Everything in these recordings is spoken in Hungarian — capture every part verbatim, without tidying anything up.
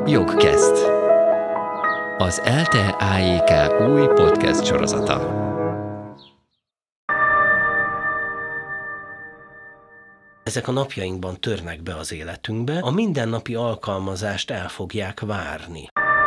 Jogcast, az ELTE á jé ká új podcast sorozata. Ezek a napjainkban törnek be az életünkbe, a mindennapi alkalmazást el fogják várni.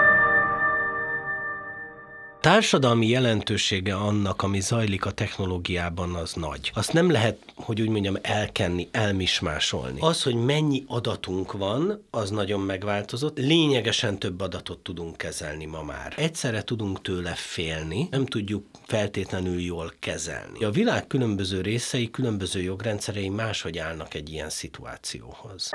Társadalmi jelentősége annak, ami zajlik a technológiában, az nagy. Azt nem lehet, hogy úgy mondjam, elkenni, elmismásolni. Az, hogy mennyi adatunk van, az nagyon megváltozott. Lényegesen több adatot tudunk kezelni ma már. Egyszerre tudunk tőle félni, nem tudjuk feltétlenül jól kezelni. A világ különböző részei, különböző jogrendszerei máshogy állnak egy ilyen szituációhoz.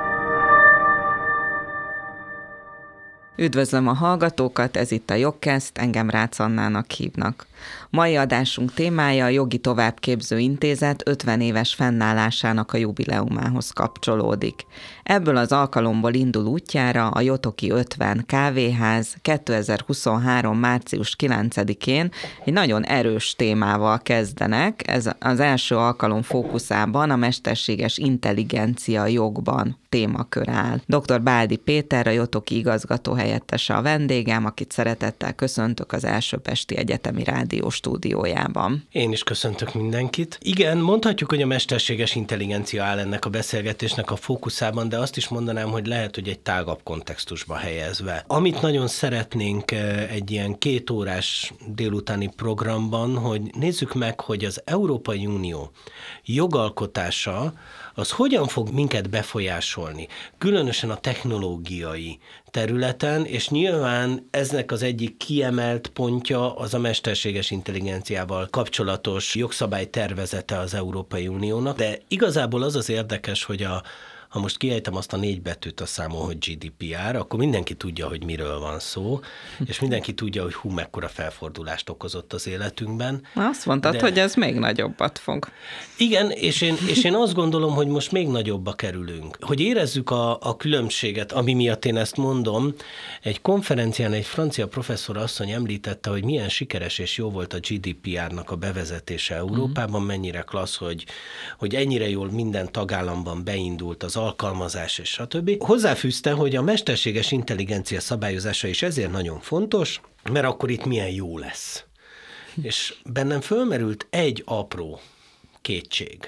Üdvözlöm a hallgatókat, ez itt a Jogcast, engem Rácz Annának hívnak. Mai adásunk témája a Jogi Továbbképző Intézet ötven éves fennállásának a jubileumához kapcsolódik. Ebből az alkalomból indul útjára a Jotoki ötven kávéház kétezer-huszonhárom. március kilencedikén egy nagyon erős témával kezdenek. Ez az első alkalom fókuszában a mesterséges intelligencia jogban témakör áll. doktor Báldi Péter, a Jotoki igazgatóhelyettese a vendégem, akit szeretettel köszöntök az Elsőpesti Egyetemi Rádió stúdiójában. Én is köszöntök mindenkit. Igen, mondhatjuk, hogy a mesterséges intelligencia áll ennek a beszélgetésnek a fókuszában, de azt is mondanám, hogy lehet, hogy egy tágabb kontextusba helyezve. Amit nagyon szeretnénk egy ilyen két órás délutáni programban, hogy nézzük meg, hogy az Európai Unió jogalkotása az hogyan fog minket befolyásolni, különösen a technológiai területen, és nyilván eznek az egyik kiemelt pontja az a mesterséges intelligenciával kapcsolatos jogszabálytervezete az Európai Uniónak, de igazából az az érdekes, hogy a ha most kiejtem azt a négy betűt a számon, hogy gé dé pé er, akkor mindenki tudja, hogy miről van szó, és mindenki tudja, hogy hú, mekkora felfordulást okozott az életünkben. Azt mondtad, de... hogy ez még nagyobbat fog. Igen, és én, és én azt gondolom, hogy most még nagyobba kerülünk. Hogy érezzük a, a különbséget, ami miatt én ezt mondom, egy konferencián egy francia professzor asszony említette, hogy milyen sikeres és jó volt a gé dé pé er-nak a bevezetése Európában, mm. mennyire klassz, hogy, hogy ennyire jól minden tagállamban beindult az alkalmazás és stb. Hozzáfűzte, hogy a mesterséges intelligencia szabályozása is ezért nagyon fontos, mert akkor itt milyen jó lesz. És bennem fölmerült egy apró kétség.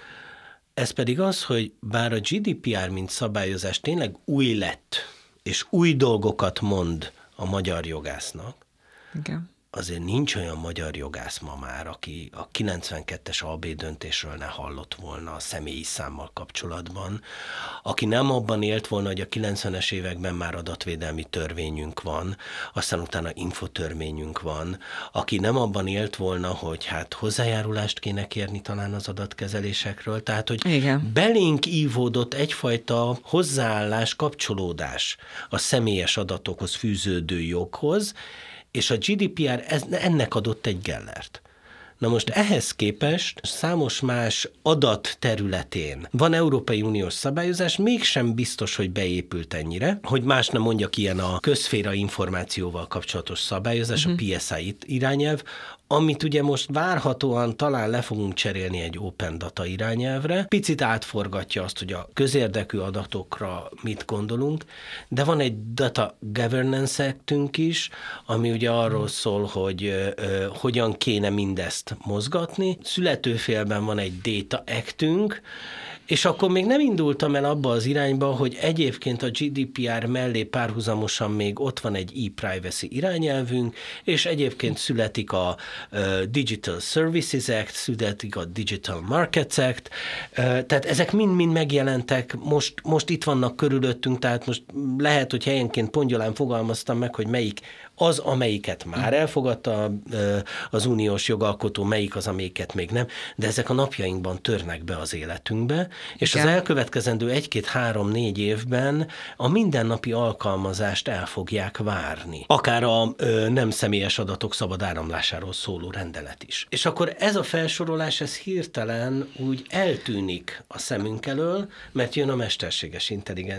Ez pedig az, hogy bár a gé dé pé er mint szabályozás tényleg új lett, és új dolgokat mond a magyar jogásznak, igen. Azért nincs olyan magyar jogász ma már, aki a kilencvenkettes á bé döntésről ne hallott volna a személyi számmal kapcsolatban, aki nem abban élt volna, hogy a kilencvenes években már adatvédelmi törvényünk van, aztán utána infotörvényünk van, aki nem abban élt volna, hogy hát hozzájárulást kéne kérni talán az adatkezelésekről, tehát hogy igen. Belénk ívódott egyfajta hozzáállás, kapcsolódás a személyes adatokhoz fűződő joghoz, és a gé dé pé er ez, ennek adott egy gellert. Na most ehhez képest számos más adat területén van Európai Uniós szabályozás, mégsem biztos, hogy beépült ennyire, hogy más nem mondjak, ilyen a közszféra információval kapcsolatos szabályozás, uh-huh. a pé es i irányelv, amit ugye most várhatóan talán le fogunk cserélni egy Open Data irányelvre. Picit átforgatja azt, hogy a közérdekű adatokra mit gondolunk, de van egy Data Governance Act-ünk is, ami ugye arról szól, hogy ö, ö, hogyan kéne mindezt mozgatni. Születőfélben van egy Data Act-ünk, és akkor még nem indultam el abba az irányba, hogy egyébként a gé dé pé er mellé párhuzamosan még ott van egy e-privacy irányelvünk, és egyébként születik a uh, Digital Services Act, születik a Digital Markets Act, uh, tehát ezek mind-mind megjelentek, most, most itt vannak körülöttünk, tehát most lehet, hogy helyenként pongyolán fogalmaztam meg, hogy melyik az, amelyiket már elfogadta az uniós jogalkotó, melyik az, amelyiket még nem, de ezek a napjainkban törnek be az életünkbe, és igen. az elkövetkezendő egy-két-három-négy évben a mindennapi alkalmazást el fogják várni. Akár a ö, nem személyes adatok szabad áramlásáról szóló rendelet is. És akkor ez a felsorolás, ez hirtelen úgy eltűnik a szemünk elől, mert jön a mesterséges intelligencia.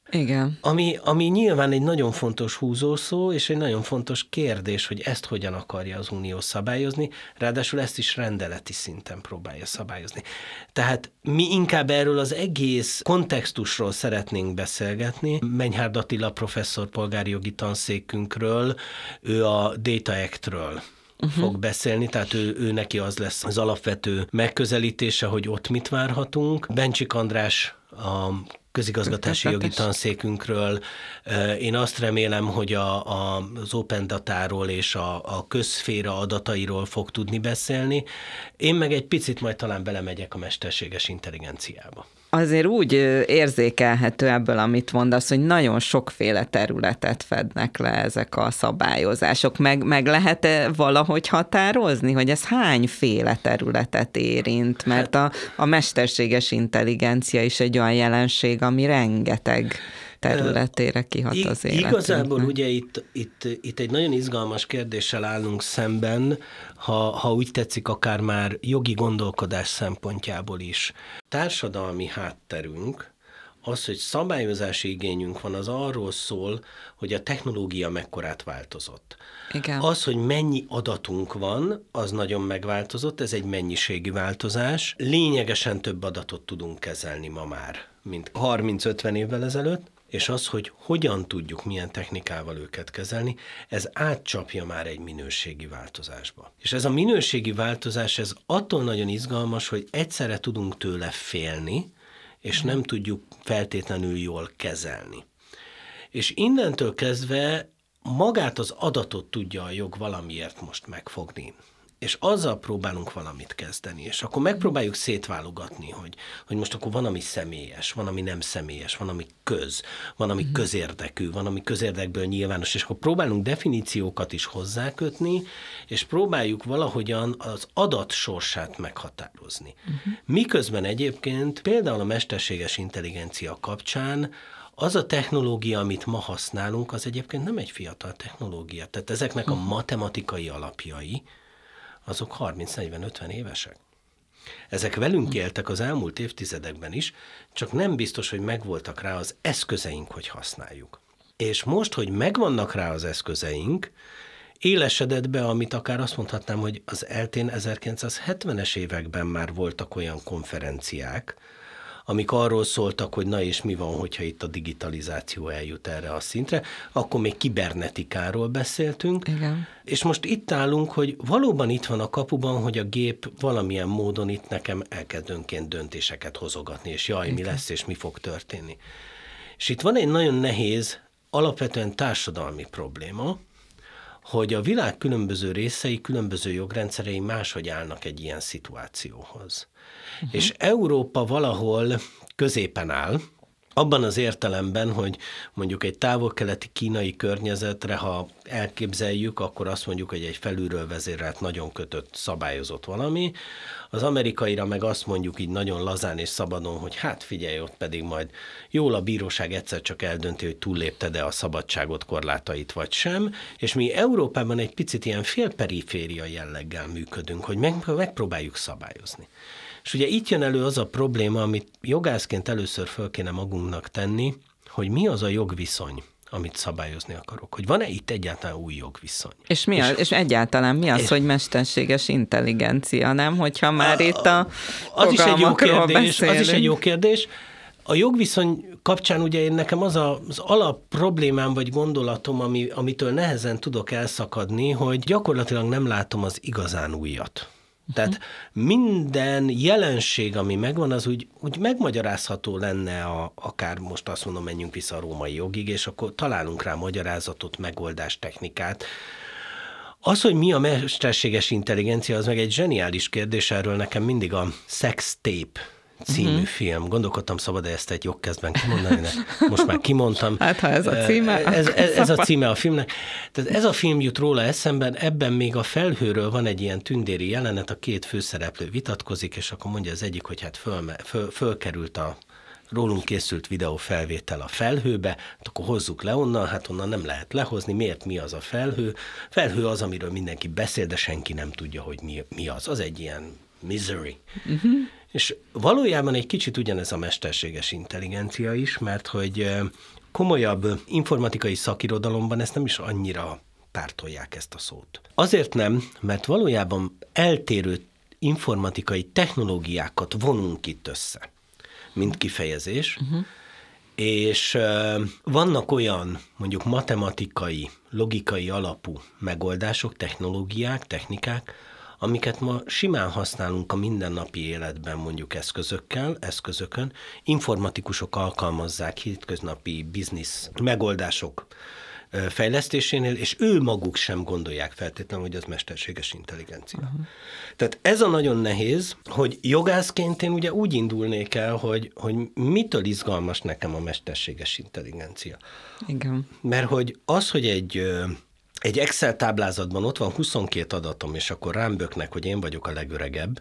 Igen. Ami, ami nyilván egy nagyon fontos húzószó, és egy nagyon fontos kérdés, hogy ezt hogyan akarja az Unió szabályozni, ráadásul ezt is rendeleti szinten próbálja szabályozni. Tehát mi inkább erről az egész kontextusról szeretnénk beszélgetni. Menyhárd Attila professzor polgárjogi tanszékünkről, ő a Data Act-ről Uh-huh. fog beszélni, tehát ő, ő neki az lesz az alapvető megközelítése, hogy ott mit várhatunk. Bencsik András a közigazgatási jogi tanszékünkről. Én azt remélem, hogy a, a, az Open Datáról és a, a közszféra adatairól fog tudni beszélni. Én meg egy picit majd talán belemegyek a mesterséges intelligenciába. Azért úgy érzékelhető ebből, amit mondasz, hogy nagyon sokféle területet fednek le ezek a szabályozások. Meg, meg lehet-e valahogy határozni, hogy ez hányféle területet érint? Mert a, a mesterséges intelligencia is egy olyan jelenség, ami rengeteg területére kihat az életünknek. Igazából ugye itt, itt, itt egy nagyon izgalmas kérdéssel állunk szemben, ha, ha úgy tetszik, akár már jogi gondolkodás szempontjából is. Társadalmi hátterünk, az, hogy szabályozási igényünk van, az arról szól, hogy a technológia mekkorát változott. Igen. Az, hogy mennyi adatunk van, az nagyon megváltozott, ez egy mennyiségi változás. Lényegesen több adatot tudunk kezelni ma már, mint harminc-ötven évvel ezelőtt, és az, hogy hogyan tudjuk, milyen technikával őket kezelni, ez átcsapja már egy minőségi változásba. És ez a minőségi változás, ez attól nagyon izgalmas, hogy egyszerre tudunk tőle félni, és nem tudjuk feltétlenül jól kezelni. És innentől kezdve magát az adatot tudja a jog valamiért most megfogni. És azzal próbálunk valamit kezdeni, és akkor megpróbáljuk szétválogatni, hogy, hogy most akkor van, ami személyes, van, ami nem személyes, van, ami köz, van, ami közérdekű, van, ami közérdekből nyilvános, és akkor próbálunk definíciókat is hozzákötni, és próbáljuk valahogyan az adat sorsát meghatározni. Uh-huh. Miközben egyébként például a mesterséges intelligencia kapcsán az a technológia, amit ma használunk, az egyébként nem egy fiatal technológia. Tehát ezeknek a matematikai alapjai, azok harminc-negyven-ötven évesek. Ezek velünk éltek az elmúlt évtizedekben is, csak nem biztos, hogy megvoltak rá az eszközeink, hogy használjuk. És most, hogy megvannak rá az eszközeink, élesedett be, amit akár azt mondhatnám, hogy az eltén ezerkilencszázhetvenes években már voltak olyan konferenciák, amik arról szóltak, hogy na és mi van, hogyha itt a digitalizáció eljut erre a szintre, akkor még kibernetikáról beszéltünk, Igen. És most itt állunk, hogy valóban itt van a kapuban, hogy a gép valamilyen módon itt nekem elkezd önként döntéseket hozogatni, és jaj, Igen. mi lesz, és mi fog történni. És itt van egy nagyon nehéz, alapvetően társadalmi probléma, hogy a világ különböző részei, különböző jogrendszerei máshogy állnak egy ilyen szituációhoz. Uh-huh. És Európa valahol középen áll, abban az értelemben, hogy mondjuk egy távol-keleti kínai környezetre, ha elképzeljük, akkor azt mondjuk, hogy egy felülről vezérelt, nagyon kötött, szabályozott valami. Az amerikaira meg azt mondjuk így nagyon lazán és szabadon, hogy hát figyelj, ott pedig majd jól a bíróság egyszer csak eldönti, hogy túllépted-e a szabadságot korlátait vagy sem, és mi Európában egy picit ilyen félperiféria jelleggel működünk, hogy megpróbáljuk szabályozni. És ugye itt jön elő az a probléma, amit jogászként először föl kéne magunknak tenni, hogy mi az a jogviszony, amit szabályozni akarok. Hogy van-e itt egyáltalán új jogviszony? És, mi és, az, és egyáltalán mi az, és, hogy mesterséges intelligencia, nem? Hogyha már a, itt a az is egy jó kérdés, beszélünk. Az is egy jó kérdés. A jogviszony kapcsán ugye én nekem az a, az alap problémám vagy gondolatom, ami, amitől nehezen tudok elszakadni, hogy gyakorlatilag nem látom az igazán újat. Tehát minden jelenség, ami megvan, az úgy, úgy megmagyarázható lenne, a, akár most azt mondom, menjünk vissza a római jogig, és akkor találunk rá magyarázatot, megoldást, technikát. Az, hogy mi a mesterséges intelligencia, az meg egy zseniális kérdés, erről nekem mindig a Sex Tape című uh-huh. film. Gondolkodtam, szabad-e ezt egy jogkezdben kimondani, de most már kimondtam. Hát, ha ez a címe. Ez, ez, ez a címe a filmnek. Tehát ez a film jut róla eszemben, ebben még a felhőről van egy ilyen tündéri jelenet, a két főszereplő vitatkozik, és akkor mondja az egyik, hogy hát föl, föl, fölkerült a rólunk készült videófelvétel a felhőbe, hát akkor hozzuk le onnan, hát onnan nem lehet lehozni. Miért mi az a felhő? Felhő az, amiről mindenki beszél, de senki nem tudja, hogy mi, mi az. Az egy ilyen misery. Uh-huh. És valójában egy kicsit ugyanez a mesterséges intelligencia is, mert hogy komolyabb informatikai szakirodalomban ezt nem is annyira pártolják ezt a szót. Azért nem, mert valójában eltérő informatikai technológiákat vonunk itt össze, mint kifejezés, uh-huh. és uh, vannak olyan mondjuk matematikai, logikai alapú megoldások, technológiák, technikák, amiket ma simán használunk a mindennapi életben mondjuk eszközökkel, eszközökön, informatikusok alkalmazzák hétköznapi biznisz megoldások fejlesztésénél, és ő maguk sem gondolják feltétlenül, hogy az mesterséges intelligencia. Uh-huh. Tehát ez a nagyon nehéz, hogy jogászként én ugye úgy indulnék el, hogy, hogy mitől izgalmas nekem a mesterséges intelligencia. Igen. Mert hogy az, hogy egy, egy Excel táblázatban ott van huszonkét adatom, és akkor rám böknek, hogy én vagyok a legöregebb,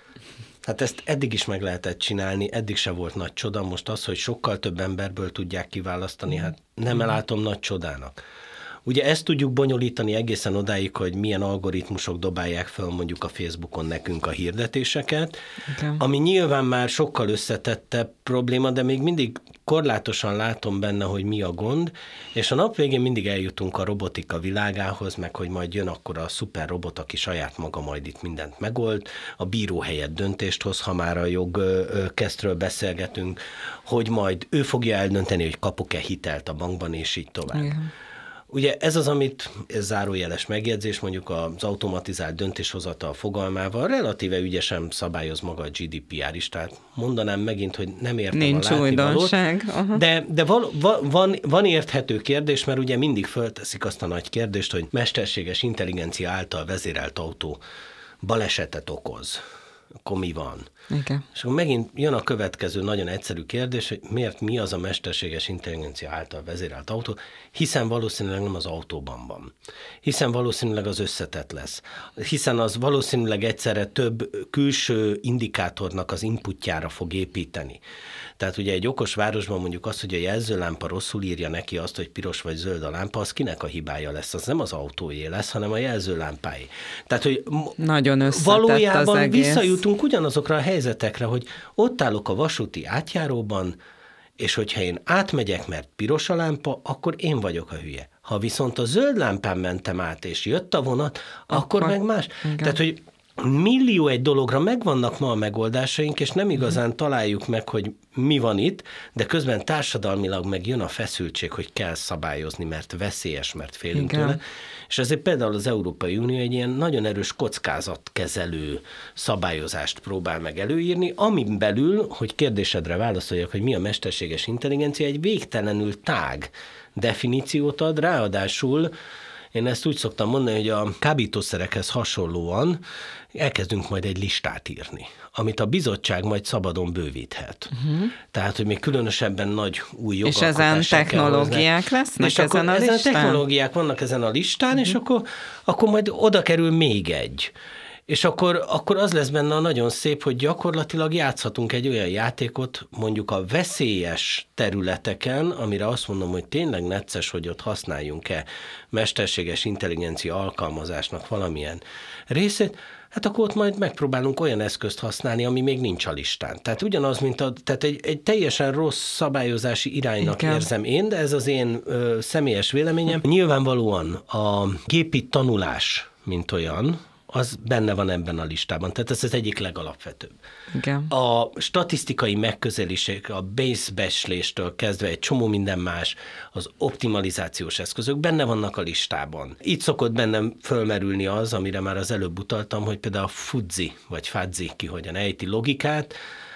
hát ezt eddig is meg lehetett csinálni, eddig se volt nagy csoda, most az, hogy sokkal több emberből tudják kiválasztani, hát nem látom nagy csodának. Ugye ezt tudjuk bonyolítani egészen odáig, hogy milyen algoritmusok dobálják fel mondjuk a Facebookon nekünk a hirdetéseket, okay. ami nyilván már sokkal összetettebb probléma, de még mindig korlátosan látom benne, hogy mi a gond, és a nap végén mindig eljutunk a robotika világához, meg hogy majd jön akkor a szuper robot, aki saját maga majd itt mindent megold, a bíró helyett döntést hoz, ha már a jogkezdről beszélgetünk, hogy majd ő fogja eldönteni, hogy kapok-e hitelt a bankban, és így tovább. Igen. Ugye ez az, amit, ez zárójeles megjegyzés, mondjuk az automatizált döntéshozatal fogalmával relatíve ügyesen szabályoz maga a gé dé pé er is, tehát mondanám megint, hogy nem értem Nincs a látnivalót, de, de val, va, van, van érthető kérdés, mert ugye mindig fölteszik azt a nagy kérdést, hogy mesterséges intelligencia által vezérelt autó balesetet okoz. Akkor mi van? Igen. És akkor megint jön a következő nagyon egyszerű kérdés, hogy miért mi az a mesterséges intelligencia által vezérelt autó, hiszen valószínűleg nem az autóban van. Hiszen valószínűleg az összetett lesz. Hiszen az valószínűleg egyszerre több külső indikátornak az inputjára fog építeni. Tehát ugye egy okos városban mondjuk az, hogy a jelzőlámpa rosszul írja neki azt, hogy piros vagy zöld a lámpa, az kinek a hibája lesz? Az nem az autóé lesz, hanem a jelzőlámpáé. Tehát, hogy nagyon összetett valójában az egész. Visszajutunk ugyanazokra a helyzetekre, hogy ott állok a vasúti átjáróban, és hogyha én átmegyek, mert piros a lámpa, akkor én vagyok a hülye. Ha viszont a zöld lámpán mentem át, és jött a vonat, akkor, akkor meg más. Igen. Tehát, hogy millió egy dologra megvannak ma a megoldásaink, és nem igazán találjuk meg, hogy mi van itt, de közben társadalmilag meg jön a feszültség, hogy kell szabályozni, mert veszélyes, mert félünk tőle. És ezért például az Európai Unió egy ilyen nagyon erős kockázatkezelő szabályozást próbál meg előírni, amin belül, hogy kérdésedre válaszoljak, hogy mi a mesterséges intelligencia, egy végtelenül tág definíciót ad, ráadásul én ezt úgy szoktam mondani, hogy a kábítószerekhez hasonlóan elkezdünk majd egy listát írni, amit a bizottság majd szabadon bővíthet. Uh-huh. Tehát, hogy még különösebben nagy új jogalkotások. És ezen technológiák lesznek és ezen a listán? Ezen technológiák vannak ezen a listán, uh-huh. és akkor, akkor majd oda kerül még egy. És akkor, akkor az lesz benne a nagyon szép, hogy gyakorlatilag játszhatunk egy olyan játékot, mondjuk a veszélyes területeken, amire azt mondom, hogy tényleg necces, hogy ott használjunk-e mesterséges intelligencia alkalmazásnak valamilyen részét, hát akkor ott majd megpróbálunk olyan eszközt használni, ami még nincs a listán. Tehát ugyanaz, mint a, tehát egy, egy teljesen rossz szabályozási iránynak Igen. érzem én, de ez az én ö, személyes véleményem. Nyilvánvalóan a gépi tanulás, mint olyan, az benne van ebben a listában. Tehát ez az egyik legalapvetőbb. Igen. A statisztikai megközelítések, a base-becsléstől kezdve egy csomó minden más, az optimalizációs eszközök benne vannak a listában. Itt szokott bennem fölmerülni az, amire már az előbb utaltam, hogy például a fuzzi, vagy fuzzi, ki hogyan ejti logikát,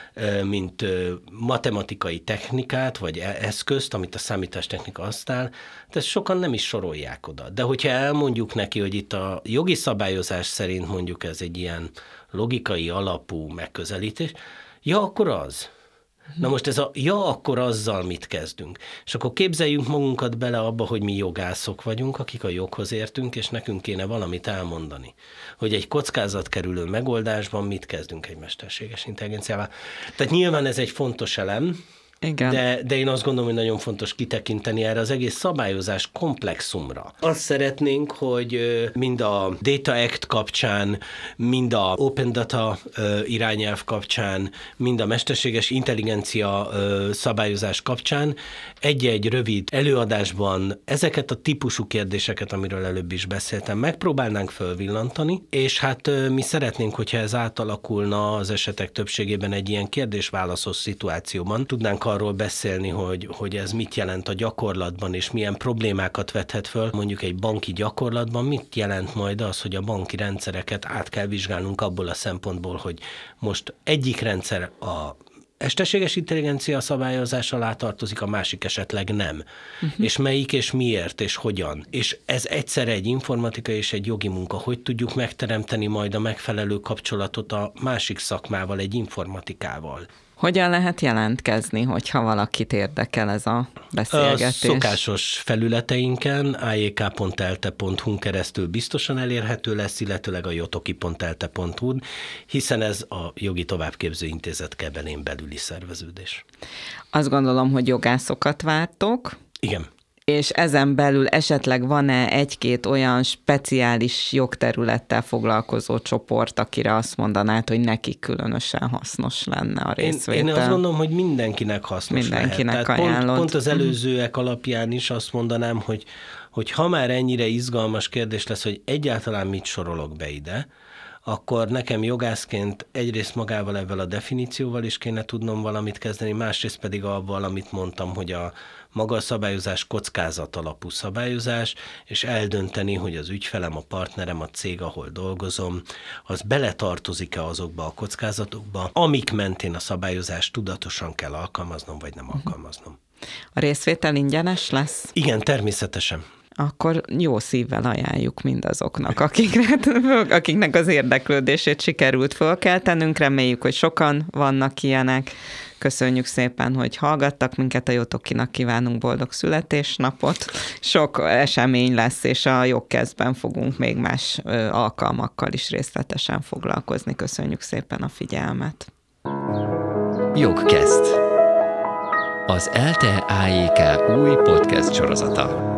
mint matematikai technikát, vagy eszközt, amit a számítástechnika használ, de ezt sokan nem is sorolják oda. De hogyha elmondjuk neki, hogy itt a jogi szabályozás szerint mondjuk ez egy ilyen logikai alapú megközelítés, ja, akkor az. Na most ez a ja, akkor azzal mit kezdünk? És akkor képzeljünk magunkat bele abba, hogy mi jogászok vagyunk, akik a joghoz értünk, és nekünk kéne valamit elmondani. Hogy egy kockázatkerülő megoldásban mit kezdünk egy mesterséges intelligenciával. Tehát nyilván ez egy fontos elem, Igen. De, de én azt gondolom, hogy nagyon fontos kitekinteni erre az egész szabályozás komplexumra. Azt szeretnénk, hogy mind a Data Act kapcsán, mind a Open Data irányelv kapcsán, mind a mesterséges intelligencia szabályozás kapcsán egy-egy rövid előadásban ezeket a típusú kérdéseket, amiről előbb is beszéltem, megpróbálnánk fölvillantani, és hát mi szeretnénk, hogyha ez átalakulna az esetek többségében egy ilyen kérdés-válaszos szituációban. Tudnánk arról beszélni, hogy, hogy ez mit jelent a gyakorlatban, és milyen problémákat vethet föl. Mondjuk egy banki gyakorlatban mit jelent majd az, hogy a banki rendszereket át kell vizsgálnunk abból a szempontból, hogy most egyik rendszer a mesterséges intelligencia szabályozás alá tartozik, a másik esetleg nem. Uh-huh. És melyik, és miért, és hogyan. És ez egyszerre egy informatika és egy jogi munka. Hogy tudjuk megteremteni majd a megfelelő kapcsolatot a másik szakmával, egy informatikával. Hogyan lehet jelentkezni, hogyha valakit érdekel ez a beszélgetés? A szokásos felületeinken á jé ká pont e l t e pont hu-n keresztül biztosan elérhető lesz, illetőleg a jotoki pont e l t e pont hu-n, hiszen ez a Jogi Továbbképző Intézet kebelén belüli szerveződés. Azt gondolom, hogy jogászokat vártok. Igen. És ezen belül esetleg van-e egy-két olyan speciális jogterülettel foglalkozó csoport, akire azt mondanád, hogy neki különösen hasznos lenne a részvétel? Én, én azt gondolom, hogy mindenkinek hasznos mindenkinek lehet. ajánlod. Pont, pont az előzőek alapján is azt mondanám, hogy, hogy ha már ennyire izgalmas kérdés lesz, hogy egyáltalán mit sorolok be ide, akkor nekem jogászként egyrészt magával ebben a definícióval is kéne tudnom valamit kezdeni, másrészt pedig avval, amit mondtam, hogy a maga a szabályozás kockázat alapú szabályozás, és eldönteni, hogy az ügyfelem, a partnerem, a cég, ahol dolgozom, az beletartozik-e azokba a kockázatokba, amik mentén a szabályozást tudatosan kell alkalmaznom, vagy nem alkalmaznom. A részvétel ingyenes lesz? Igen, természetesen. Akkor jó szívvel ajánljuk mindazoknak, akiknek, akiknek az érdeklődését sikerült fölkeltenünk. Reméljük, hogy sokan vannak ilyenek. Köszönjük szépen, hogy hallgattak minket, a Jotokinak kívánunk boldog születésnapot. Sok esemény lesz, és a Jogkezdben fogunk még más alkalmakkal is részletesen foglalkozni. Köszönjük szépen a figyelmet. Jogkezd. Az ELTE á jé ká új podcast sorozata.